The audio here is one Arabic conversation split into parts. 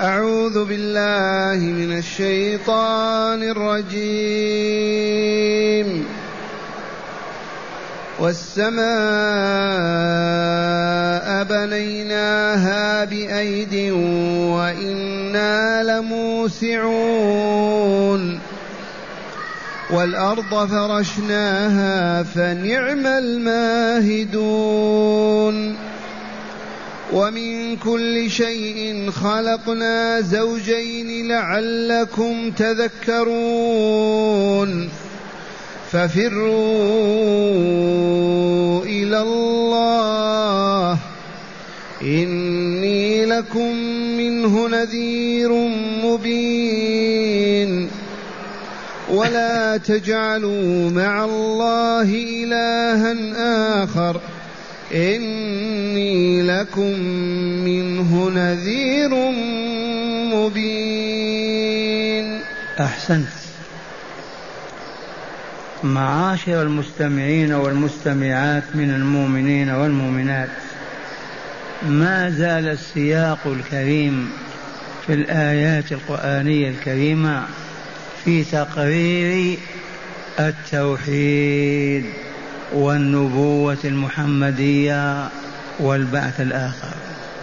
أعوذ بالله من الشيطان الرجيم. والسماء بنيناها بأيد وإنا لموسعون والأرض فرشناها فنعم الماهدون ومن كل شيء خلقنا زوجين لعلكم تذكرون ففروا إلى الله إني لكم منه نذير مبين ولا تجعلوا مع الله إلها آخر إني لكم منه نذير مبين. أحسنت. معاشر المستمعين والمستمعات من المؤمنين والمؤمنات، ما زال السياق الكريم في الآيات القرآنية الكريمة في تقرير التوحيد والنبوة المحمدية والبعث الآخر.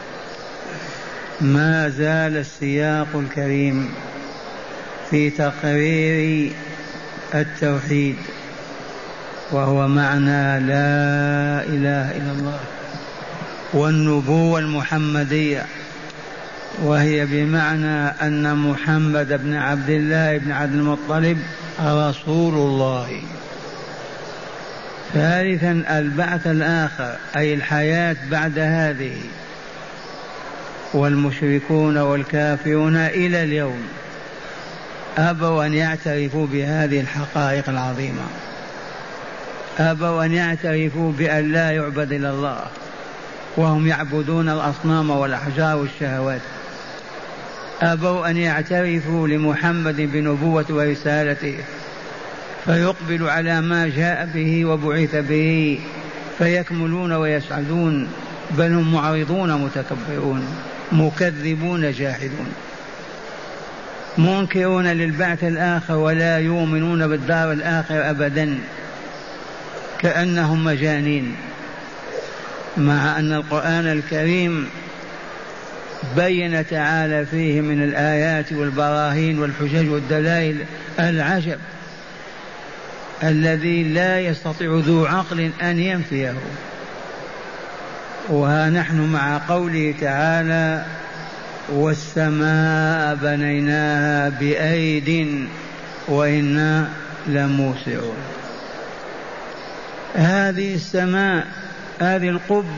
ما زال السياق الكريم في تقرير التوحيد وهو معنى لا إله إلا الله، والنبوة المحمدية وهي بمعنى أن محمد بن عبد الله بن عبد المطلب رسول الله. ثالثا البعث الآخر أي الحياة بعد هذه. والمشركون والكافرون إلى اليوم أبوا أن يعترفوا بهذه الحقائق العظيمة، أبوا أن يعترفوا بأن لا يعبد إلا الله، وهم يعبدون الأصنام والأحجار والشهوات. أبوا أن يعترفوا لمحمد بنبوة ورسالته فيقبل على ما جاء به وبعث به فيكملون ويسعدون، بل هم معرضون متكبرون مكذبون جاحدون منكرون للبعث الآخر ولا يؤمنون بالدار الآخر أبدا، كأنهم مجانين. مع أن القرآن الكريم بين تعالى فيه من الآيات والبراهين والحجج والدلائل العجب الذي لا يستطيع ذو عقل أن ينفيه. وها نحن مع قوله تعالى والسماء بنيناها بأيد وإنا لموسعون. هذه السماء، هذه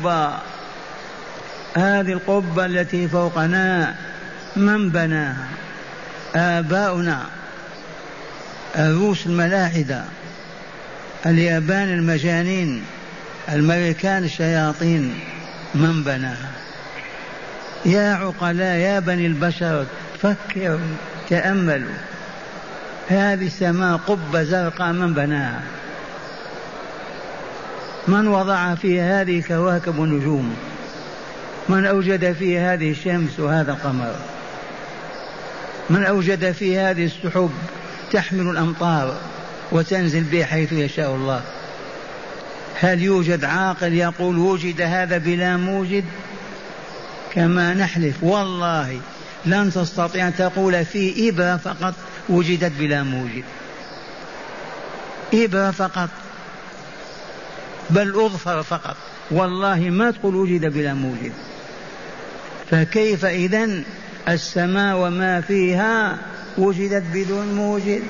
القبة التي فوقنا من بناها؟ آباؤنا الروس الملاحدة، اليابان المجانين، الأمريكان الشياطين. من بناها؟ يا عقلاء يا بني البشر فكروا تأملوا، هذه السماء قبة زرقاء من بناها؟ من وضع فيها هذه الكواكب والنجوم؟ من أوجد فيها هذه الشمس وهذا القمر؟ من أوجد فيها هذه السحب تحمل الأمطار وتنزل به حيث يشاء الله؟ هل يوجد عاقل يقول وجد هذا بلا موجد؟ كما نحلف والله لن تستطيع أن تقول في إبرة فقط وجدت بلا موجد، إبرة فقط، بل أظفر فقط، والله ما تقول وجد بلا موجد. فكيف إذن السماء وما فيها وجدت بدون موجد؟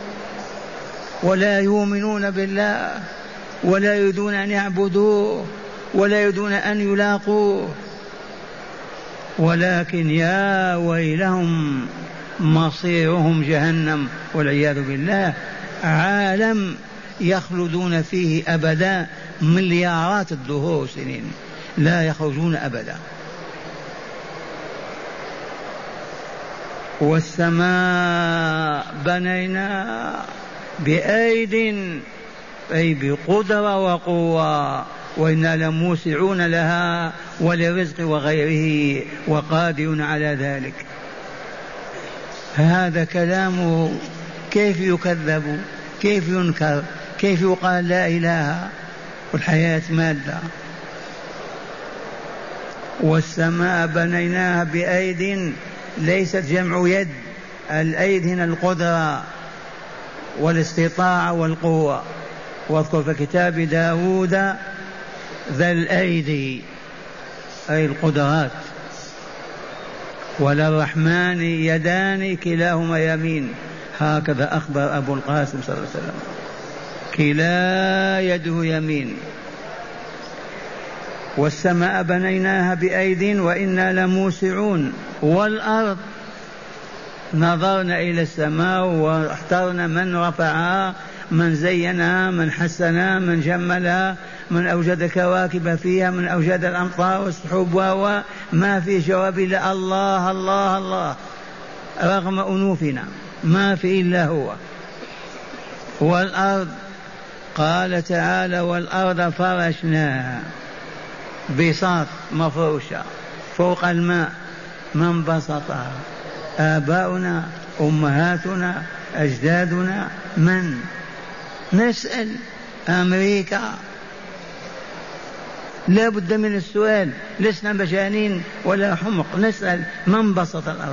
ولا يؤمنون بالله ولا يريدون أن يعبدوه ولا يريدون أن يلاقوه. ولكن يا ويلهم مصيرهم جهنم والعياذ بالله، عالم يخلدون فيه أبدا مليارات الدهور سنين لا يخرجون أبدا. والسماء بنيناها بأيد أي بقدرة وقوة وإنا لموسعون لها وللرزق وغيره وقادر على ذلك. هذا كلامه كيف يكذب؟ كيف ينكر؟ كيف يقال لا إله والحياة مادة؟ والسماء بنيناها بأيد، ليست جمع يد، الأيد هنا القدرة والاستطاعة والقوة. واذكر في كتاب داود ذا الأيدي أي القدرات. وللرحمن يدان كلاهما يمين، هكذا أخبر أبو القاسم صلى الله عليه وسلم، كلا يده يمين. والسماء بنيناها بأيد وإنا لموسعون. والأرض نظرنا إلى السماء واحترنا من رفعها، من زينها، من حسنها، من جملها، من أوجد كواكب فيها، من أوجد الأمطار والسحب، ما في جواب إلا الله الله الله، رغم أنوفنا ما في إلا هو. والأرض قال تعالى والأرض فرشناها، بساط مفروشة فوق الماء، من بسطها؟ آباؤنا، أمهاتنا، أجدادنا، من؟ نسأل. أمريكا؟ لا بد من السؤال، لسنا مجانين ولا حمق، نسأل من بسط الأرض.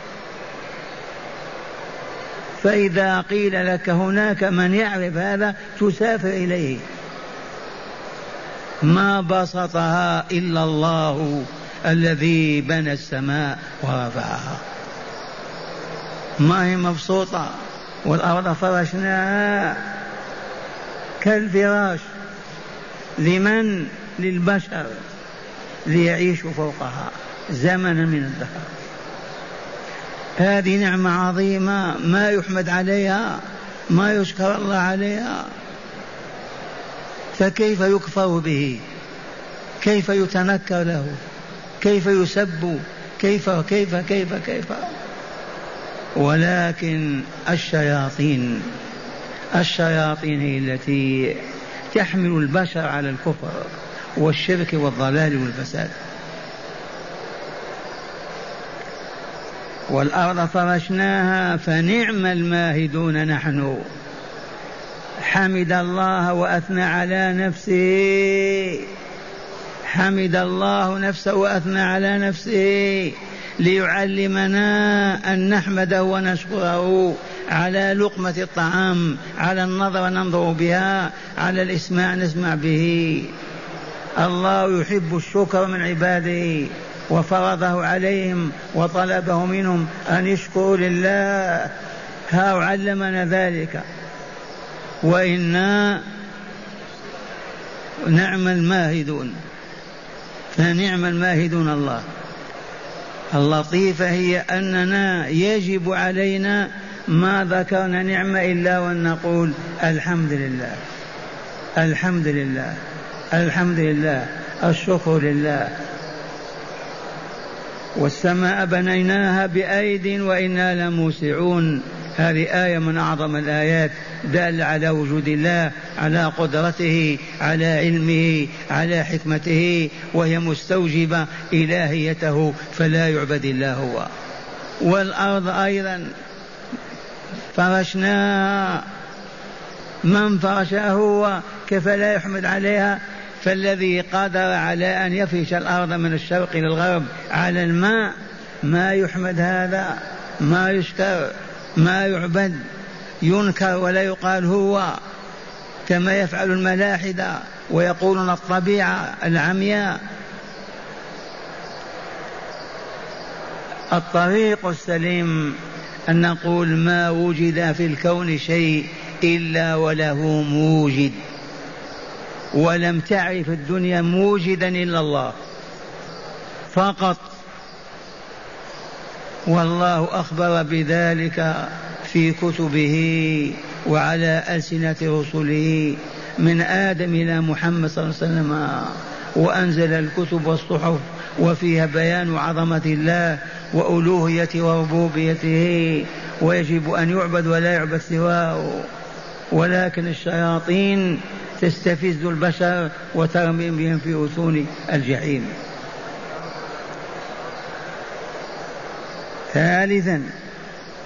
فإذا قيل لك هناك من يعرف هذا تسافر إليه. ما بسطها إلا الله الذي بنى السماء ورفعها، ما هي مبسوطة. والأرض فرشناها كالفراش، لمن؟ للبشر ليعيشوا فوقها زمنا من الدهر. هذه نعمة عظيمة ما يحمد عليها، ما يشكر الله عليها، فكيف يكفر به؟ كيف يتنكر له؟ كيف يسب؟ كيف كيف كيف كيف؟ ولكن الشياطين هي التي تحمل البشر على الكفر والشرك والضلال والفساد. والأرض فرشناها فنعم الماهدون نحن. حمد الله وأثنى على نفسه، حمد الله نفسه وأثنى على نفسه ليعلمنا أن نحمده ونشكره على لقمة الطعام، على النظر ننظر بها، على الإسماع نسمع به. الله يحب الشكر من عباده وفرضه عليهم وطلبه منهم أن يشكروا لله. ها علمنا ذلك. وإنا نعم الماهدون، فنعم الماهدون الله. اللطيفة هي أننا يجب علينا ما ذكرنا نعمة إلا وأن نقول الحمد لله الحمد لله الحمد لله، الشكر لله. والسماء بنيناها بأيد وإنا لموسعون. هذه آية من أعظم الآيات دالة على وجود الله، على قدرته، على علمه، على حكمته، وهي مستوجبة إلهيته فلا يعبد إلا هو. والأرض أيضا فرشناها، من فرشها هو، كيف لا يحمد عليها؟ فالذي قدر على أن يفرش الأرض من الشرق إلى الغرب على الماء ما يحمد هذا، ما يشكر، ما يعبد، ينكر ولا يقال هو، كما يفعل الملاحدة ويقولون الطبيعة العمياء. الطريق السليم أن نقول ما وجد في الكون شيء إلا وله موجد، ولم تعرف الدنيا موجدا إلا الله فقط. والله أخبر بذلك في كتبه وعلى ألسنة رسله من آدم إلى محمد صلى الله عليه وسلم، وأنزل الكتب والصحف وفيها بيان عظمة الله وألوهيته وربوبيته، ويجب أن يعبد ولا يعبد سواه. ولكن الشياطين تستفز البشر وترمي بهم في أثون الجحيم.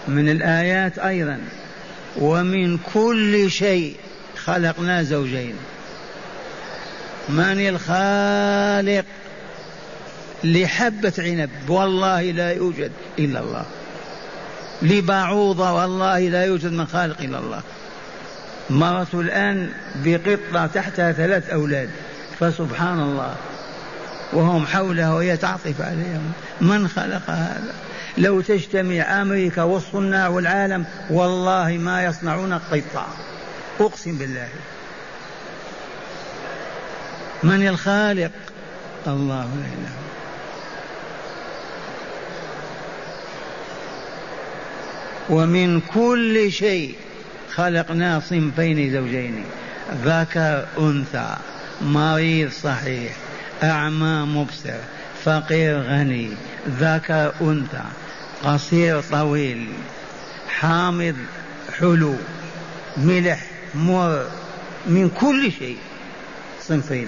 من الآيات أيضا ومن كل شيء خلقنا زوجين. من الخالق لحبة عنب؟ والله لا يوجد إلا الله. لبعوضة والله لا يوجد من خالق إلا الله. مرت الآن بقطة تحتها 3 أولاد، فسبحان الله، وهم حولها وهي تعطف عليهم. من خلق هذا؟ لو تجتمع أمريكا والصناع والعالم والله ما يصنعون قطة، أقسم بالله. من الخالق؟ الله لا إله إلا هو. ومن كل شيء خلقنا صنفين زوجين، ذكر أنثى، مريض صحيح، أعمى مبصر، فقير غني، ذكر أنثى، قصير طويل، حامض حلو، ملح مر، من كل شيء صنفين.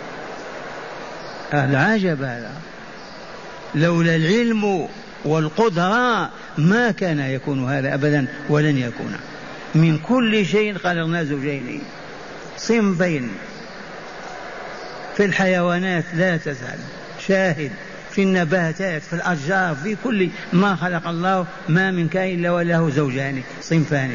العجب هذا، لولا العلم والقدرة ما كان يكون هذا أبدا ولن يكون. من كل شيء خلقنا زوجين صنفين. في الحيوانات لا تزال شاهد، في النباتات، في الأشجار، في كل ما خلق الله ما من كائن إلا وله زوجان صنفان.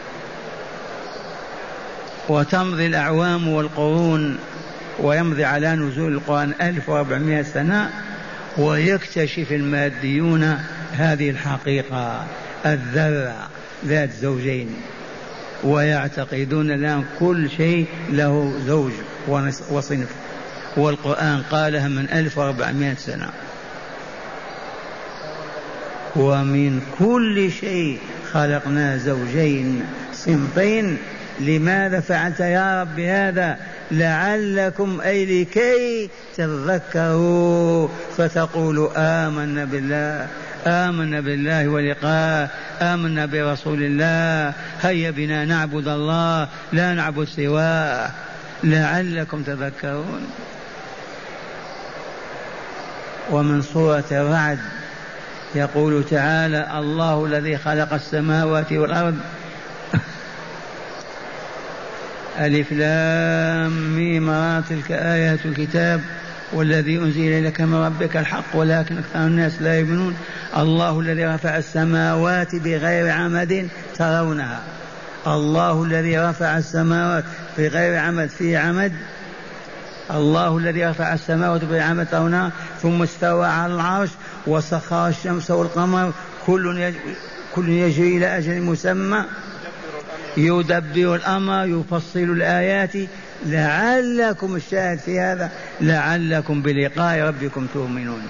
وتمضي الأعوام والقرون ويمضي على نزول القرآن 1400 سنة ويكتشف الماديون هذه الحقيقة، الذرة ذات زوجين، ويعتقدون الآن كل شيء له زوج وصنف، والقرآن قالها من 1400 سنة. ومن كل شيء خلقنا زوجين صنفين. لماذا فعلت يا رب هذا؟ لعلكم أي لكي تذكروا فتقولوا آمنا بالله، آمنا بالله ولقاه، آمنا برسول الله، هيا بنا نعبد الله لا نعبد سواه، لعلكم تذكرون. ومن سورة الرعد يقول تعالى: الله الذي خلق السماوات والأرض ألف لام ميم تلك آيات الكتاب والذي أنزل إليك من ربك الحق ولكن أكثر الناس لا يؤمنون. الله الذي رفع السماوات بغير عمد ترونها. الله الذي رفع السماوات بغير عمد، في عمد. الله الذي رفع السماوات بغير عمد ترونها ثم استوى على العرش وسخر الشمس والقمر كل يجري إلى أجل مسمى يدبر الأمر يفصل الآيات لعلكم، الشاهد في هذا لعلكم بلقاء ربكم تؤمنون.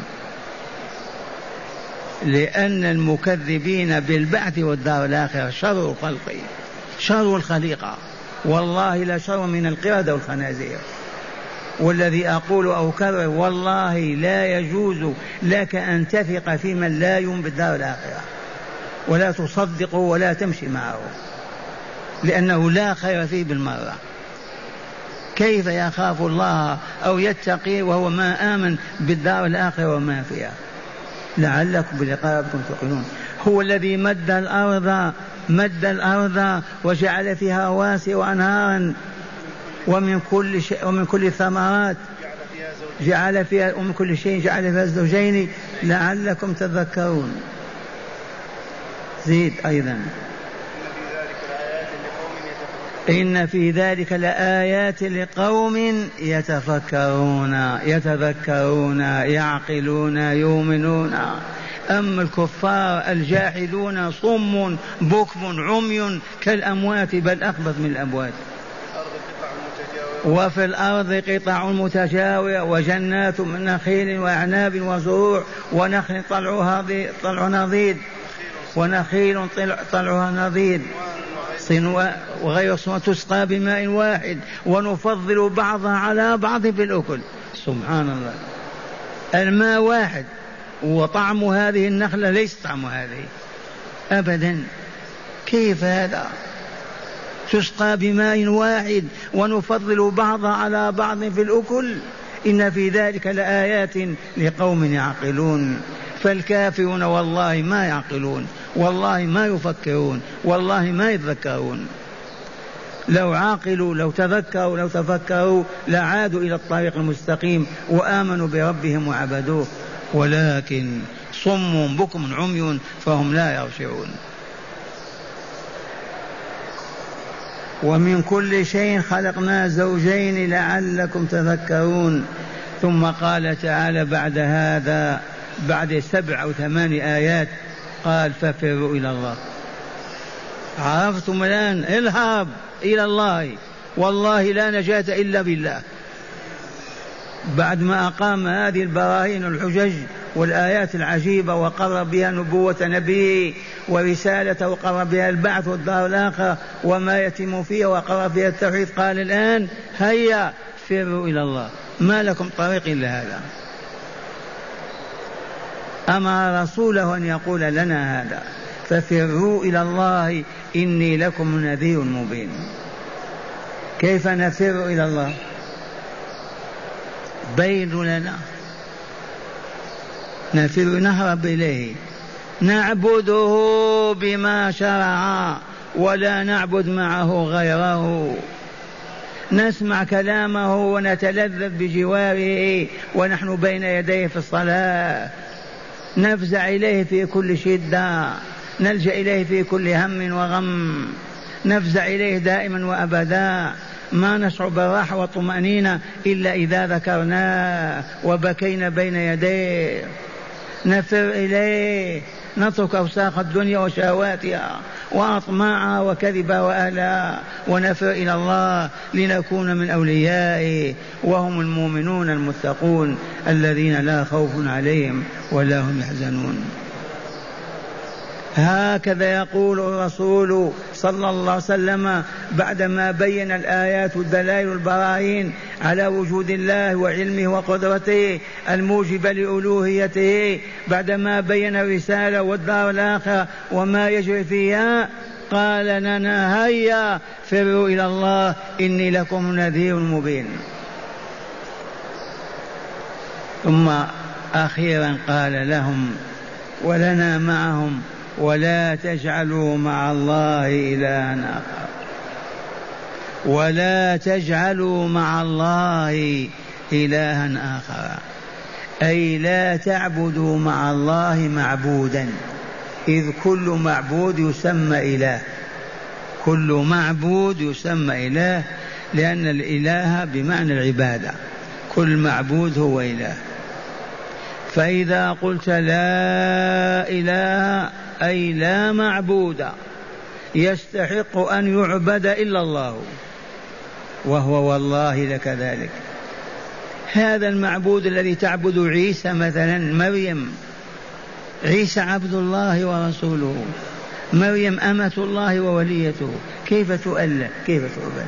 لأن المكذبين بالبعث والدار الآخرة شر الخلق، شر الخليقة، والله لا شر من القردة والخنازير. والذي أقول أو كرر، والله لا يجوز لك أن تثق في من لا يؤمن بالدار الآخرة ولا تصدقه ولا تمشي معه، لأنه لا خير فيه بالمرة. كيف يخاف الله أو يتقي وهو ما آمن بالدار الآخرة وما فيها؟ لعلكم بلقاء ربكم توقنون. هو الذي مد الأرض وجعل فيها رواسي وأنهارا ومن كل شيء ومن كل الثمرات جعل فيها، ومن كل شيء جعل فيها الزوجين لعلكم تذكرون. زيد أيضا: إن في ذلك لآيات لقوم يتذكرون يعقلون يؤمنون. أما الكفار الجاحدون صم بكم عمي كالأموات بل أخبث من الأموات. وفي الأرض قطع متجاورة وجنات من نخيل وأعناب وزروع ونخل طلعها نضيد ونخيل طلعها نضيد وغير تسقى بماء واحد ونفضل بعضها على بعض في الأكل. سبحان الله، الماء واحد وطعم هذه النخلة ليس طعم هذه أبدا. كيف هذا؟ تسقى بماء واحد ونفضل بعضها على بعض في الأكل. إن في ذلك لآيات لقوم يعقلون. فالكافرون والله ما يعقلون، والله ما يفكرون، والله ما يتذكرون. لو عاقلوا لو تذكروا لو تفكروا لعادوا إلى الطريق المستقيم وآمنوا بربهم وعبدوه، ولكن صم بكم عمي فهم لا يرجعون. ومن كل شيء خلقنا زوجين لعلكم تذكرون. ثم قال تعالى بعد هذا بعد 7 أو 8 آيات قال ففروا إلى الله. عرفتم الآن؟ اذهب إلى الله، والله لا نجاة إلا بالله. بعد ما أقام هذه البراهين الحجج والآيات العجيبة وقرر بها نبوة نبيه ورسالته وقرر بها البعث والدار الآخرة وما يتم فيها وقرر بها التوحيد، قال الآن هيا فروا إلى الله، ما لكم طريق إلا هذا. أمر رسوله أن يقول لنا هذا، ففروا إلى الله إني لكم نذير مبين. كيف نفر إلى الله؟ بين لنا. نفر نهرب إليه، نعبده بما شرع ولا نعبد معه غيره، نسمع كلامه ونتلذذ بجواره ونحن بين يديه في الصلاة، نفزع إليه في كل شدة، نلجأ إليه في كل هم وغم، نفزع إليه دائما وأبدا، ما نشعر بالراحة والطمأنينة إلا إذا ذكرناه وبكينا بين يديه. نفر إليه، نترك أوساخ الدنيا وشهواتها وأطماعها وكذبها وأهلها، ونفر إلى الله لنكون من أوليائه وهم المؤمنون المتقون الذين لا خوف عليهم ولا هم يحزنون. هكذا يقول الرسول صلى الله عليه وسلم بعدما بين الآيات والدلائل والبراهين على وجود الله وعلمه وقدرته الموجبة لألوهيته، بعدما بين الرسالة والدار الآخرة وما يجري فيها، قال لنا هيا فروا إلى الله إني لكم نذير مبين. ثم أخيرا قال لهم ولنا معهم ولا تجعلوا مع الله إلها آخر، ولا تجعلوا مع الله إلها آخر، أي لا تعبدوا مع الله معبودا، إذ كل معبود يسمى إله، كل معبود يسمى إله، لأن الإله بمعنى العبادة، كل معبود هو إله. فإذا قلت لا إله أي لا معبود يستحق أن يعبد إلا الله، وهو والله لكذلك. هذا المعبود الذي تعبد عيسى مثلا، مريم، عيسى عبد الله ورسوله، مريم أمة الله ووليته، كيف تؤله كيف تعبد؟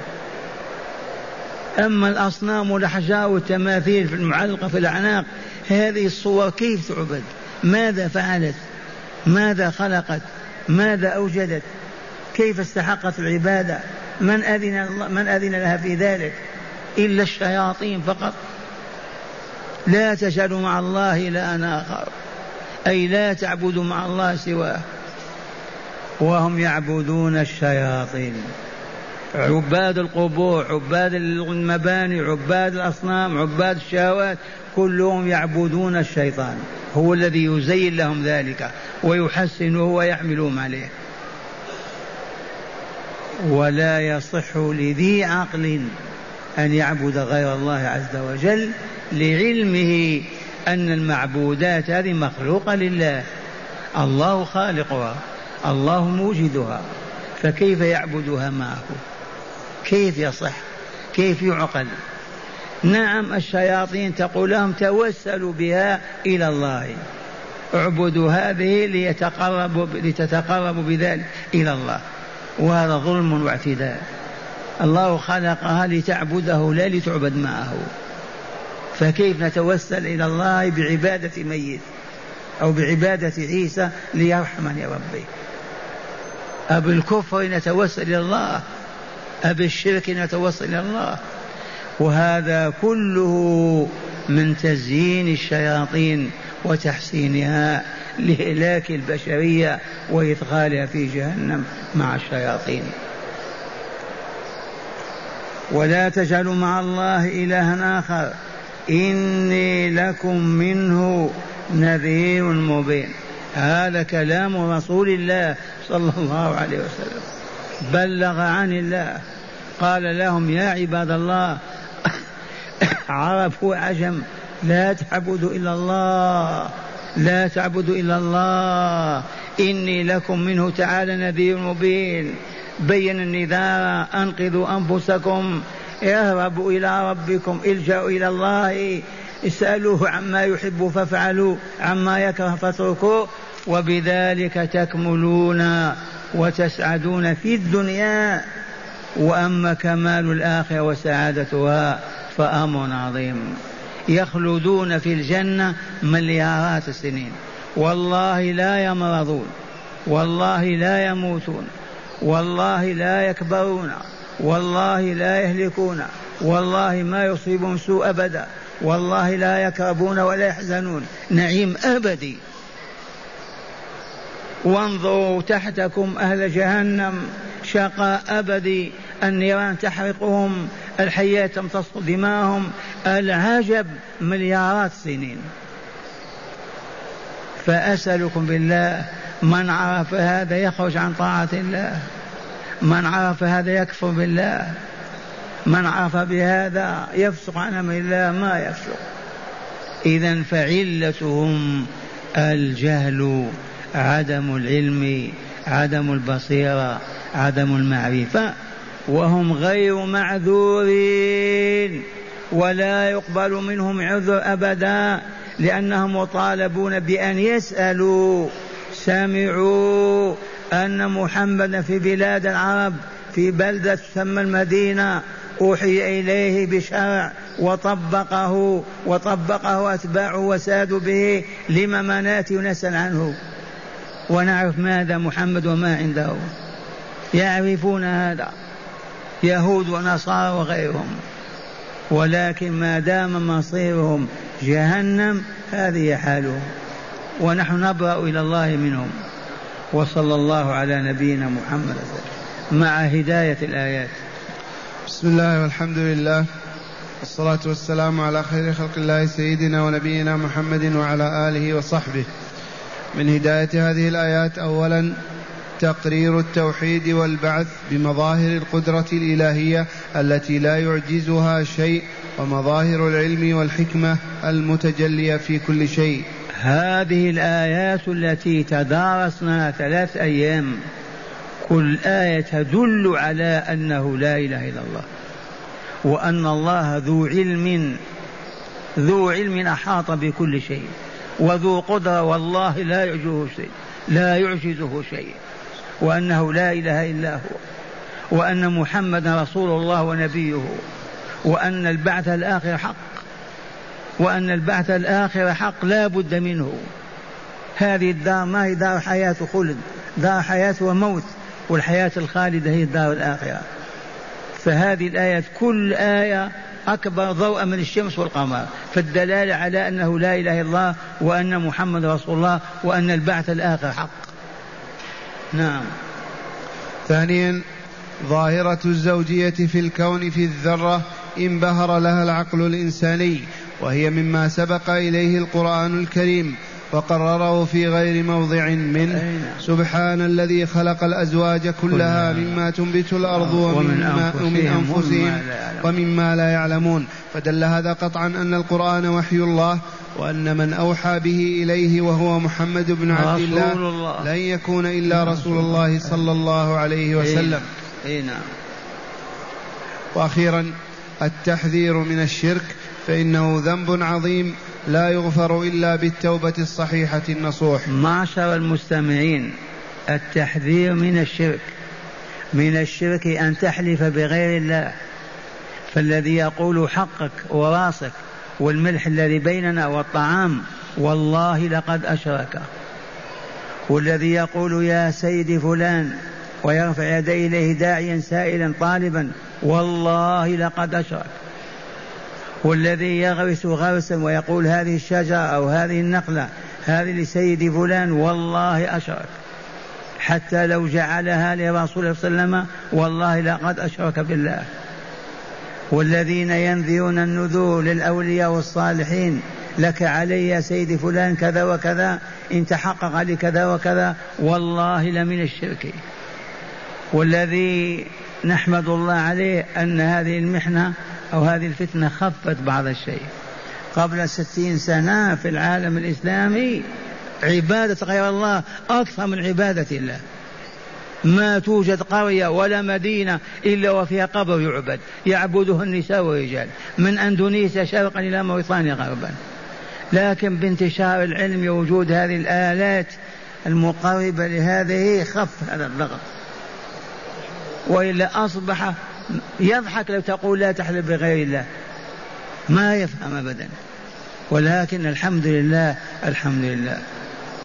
أما الأصنام والأحجار والتماثيل في المعلقة في الأعناق، هذه الصور كيف تعبد؟ ماذا فعلت؟ ماذا خلقت؟ ماذا أوجدت؟ كيف استحقت العبادة؟ من أذن لها في ذلك؟ إلا الشياطين فقط. لا تجعلوا مع الله إلها آخر، أي لا تعبدوا مع الله سواه. وهم يعبدون الشياطين، عباد القبور، عباد المباني، عباد الأصنام، عباد الشهوات، كلهم يعبدون الشيطان، هو الذي يزين لهم ذلك ويحسنه ويحملهم عليه. ولا يصح لذي عقل أن يعبد غير الله عز وجل، لعلمه أن المعبودات هذه مخلوقة لله، الله خالقها، الله موجدها، فكيف يعبدها معه؟ كيف يصح؟ كيف يعقل؟ نعم الشياطين تقول لهم توسلوا بها إلى الله، اعبدوا هذه لتتقربوا بذلك إلى الله، وهذا ظلم واعتداء. الله خلقها لتعبده لا لتعبد معه، فكيف نتوسل إلى الله بعبادة ميت أو بعبادة عيسى ليرحمني ربي؟ أبالكفر نتوسل إلى الله، أبالشرك نتوسل إلى الله. وهذا كله من تزيين الشياطين وتحسينها لإهلاك البشرية وإدخالها في جهنم مع الشياطين. ولا تجعلوا مع الله إلها آخر إني لكم منه نذير مبين. هذا كلام رسول الله صلى الله عليه وسلم، بلغ عن الله، قال لهم يا عباد الله عرب وعجم لا تعبدوا إلا الله، لا تعبدوا إلا الله، إني لكم منه تعالى نذير مبين. بين النذار، أنقذوا أنفسكم، اهربوا إلى ربكم، الجأوا إلى الله، اسألوه عما يحب فافعلوا، عما يكره فاتركوه، وبذلك تكملون وتسعدون في الدنيا. وأما كمال الآخرة وسعادتها فأمر عظيم، يخلدون في الجنة مليارات السنين، والله لا يمرضون، والله لا يموتون، والله لا يكبرون، والله لا يهلكون، والله ما يصيبهم سوء أبدا، والله لا يكربون ولا يحزنون، نعيم أبدي. وانظروا تحتكم أهل جهنم، شقاء أبدي، النيران تحرقهم، الحياة تمتص دماءهم، العجب مليارات سنين. فأسألكم بالله، من عرف هذا يخرج عن طاعة الله، من عرف هذا يكفر بالله، من عرف بهذا يفسق عن أمر الله ما يفسق. إذن فعلتهم الجهل، عدم العلم، عدم البصيرة، عدم المعرفة، وهم غير معذورين ولا يقبل منهم عذر أبدا، لأنهم مطالبون بأن يسألوا. سمعوا أن محمدا في بلاد العرب في بلدة تسمى المدينة أوحي إليه بشرع وطبقه أتباعه وسادوا به، لما ما ناتي ونسأل عنه ونعرف ماذا محمد وما عنده؟ يعرفون هذا يهود ونصارى وغيرهم، ولكن ما دام مصيرهم جهنم هذه حالهم، ونحن نبرأ إلى الله منهم. وصلى الله على نبينا محمد مع هداية الآيات. بسم الله والحمد لله والصلاة والسلام على خير خلق الله سيدنا ونبينا محمد وعلى آله وصحبه. من هداية هذه الآيات أولا تقرير التوحيد والبعث بمظاهر القدرة الإلهية التي لا يعجزها شيء، ومظاهر العلم والحكمة المتجلية في كل شيء. هذه الآيات التي تدارسنا 3 أيام كل آية تدل على أنه لا إله إلا الله، وأن الله ذو علم أحاط بكل شيء، وذو قدرة والله لا يعجزه شيء، وأنه لا إله إلا هو، وأن محمدا رسول الله ونبيه، وأن البعث الآخر حق، وأن البعث الآخر حق لا بد منه. هذه الدار ما هي دار حياة خلد، دار حياة وموت، والحياة الخالدة هي الدار الآخرة. فهذه الآيات كل آية أكبر ضوءا من الشمس والقمر، فالدلالة على أنه لا إله إلا الله، وأن محمد رسول الله، وأن البعث الآخر حق. نعم. ثانيا ظاهرة الزوجية في الكون في الذرة انبهر لها العقل الإنساني، وهي مما سبق إليه القرآن الكريم وقرره في غير موضع منه. سبحان الذي خلق الأزواج كلها مما تنبت الأرض ومن أنفسهم ومما لا يعلمون. فدل هذا قطعا أن القرآن وحي الله، وأن من أوحى به إليه وهو محمد بن عبد الله لن يكون إلا رسول الله صلى الله عليه وسلم. وأخيرا التحذير من الشرك، فإنه ذنب عظيم لا يغفر إلا بالتوبة الصحيحة النصوح. معشر المستمعين، التحذير من الشرك أن تحلف بغير الله، فالذي يقول حقك وراسك والملح الذي بيننا والطعام والله لقد أشرك، والذي يقول يا سيدي فلان ويرفع يديه إليه داعيا سائلا طالبا والله لقد أشرك. والذي يغرس غرسا ويقول هذه الشجرة أو هذه النخلة هذه لسيد فلان والله أشرك، حتى لو جعلها لرسول الله صلى الله عليه وسلم والله لقد أشرك بالله. والذين ينذرون النذور للأولياء والصالحين لك علي يا سيد فلان كذا وكذا إن تحقق لكذا وكذا والله لمن الشرك. والذي نحمد الله عليه أن هذه المحنة أو هذه الفتنة خفت بعض الشيء. قبل 60 سنة في العالم الإسلامي عبادة غير الله أكثر من عبادة الله، ما توجد قرية ولا مدينة إلا وفيها قبر يعبد يعبده النساء والرجال من أندونيسيا شرقا إلى موريتانيا غربا. لكن بانتشار العلم ووجود هذه الآلات المقربة لهذه خف هذا الضغط، وإلا أصبح يضحك لو تقول لا تحلف بغير الله، ما يفهم أبدا. ولكن الحمد لله الحمد لله.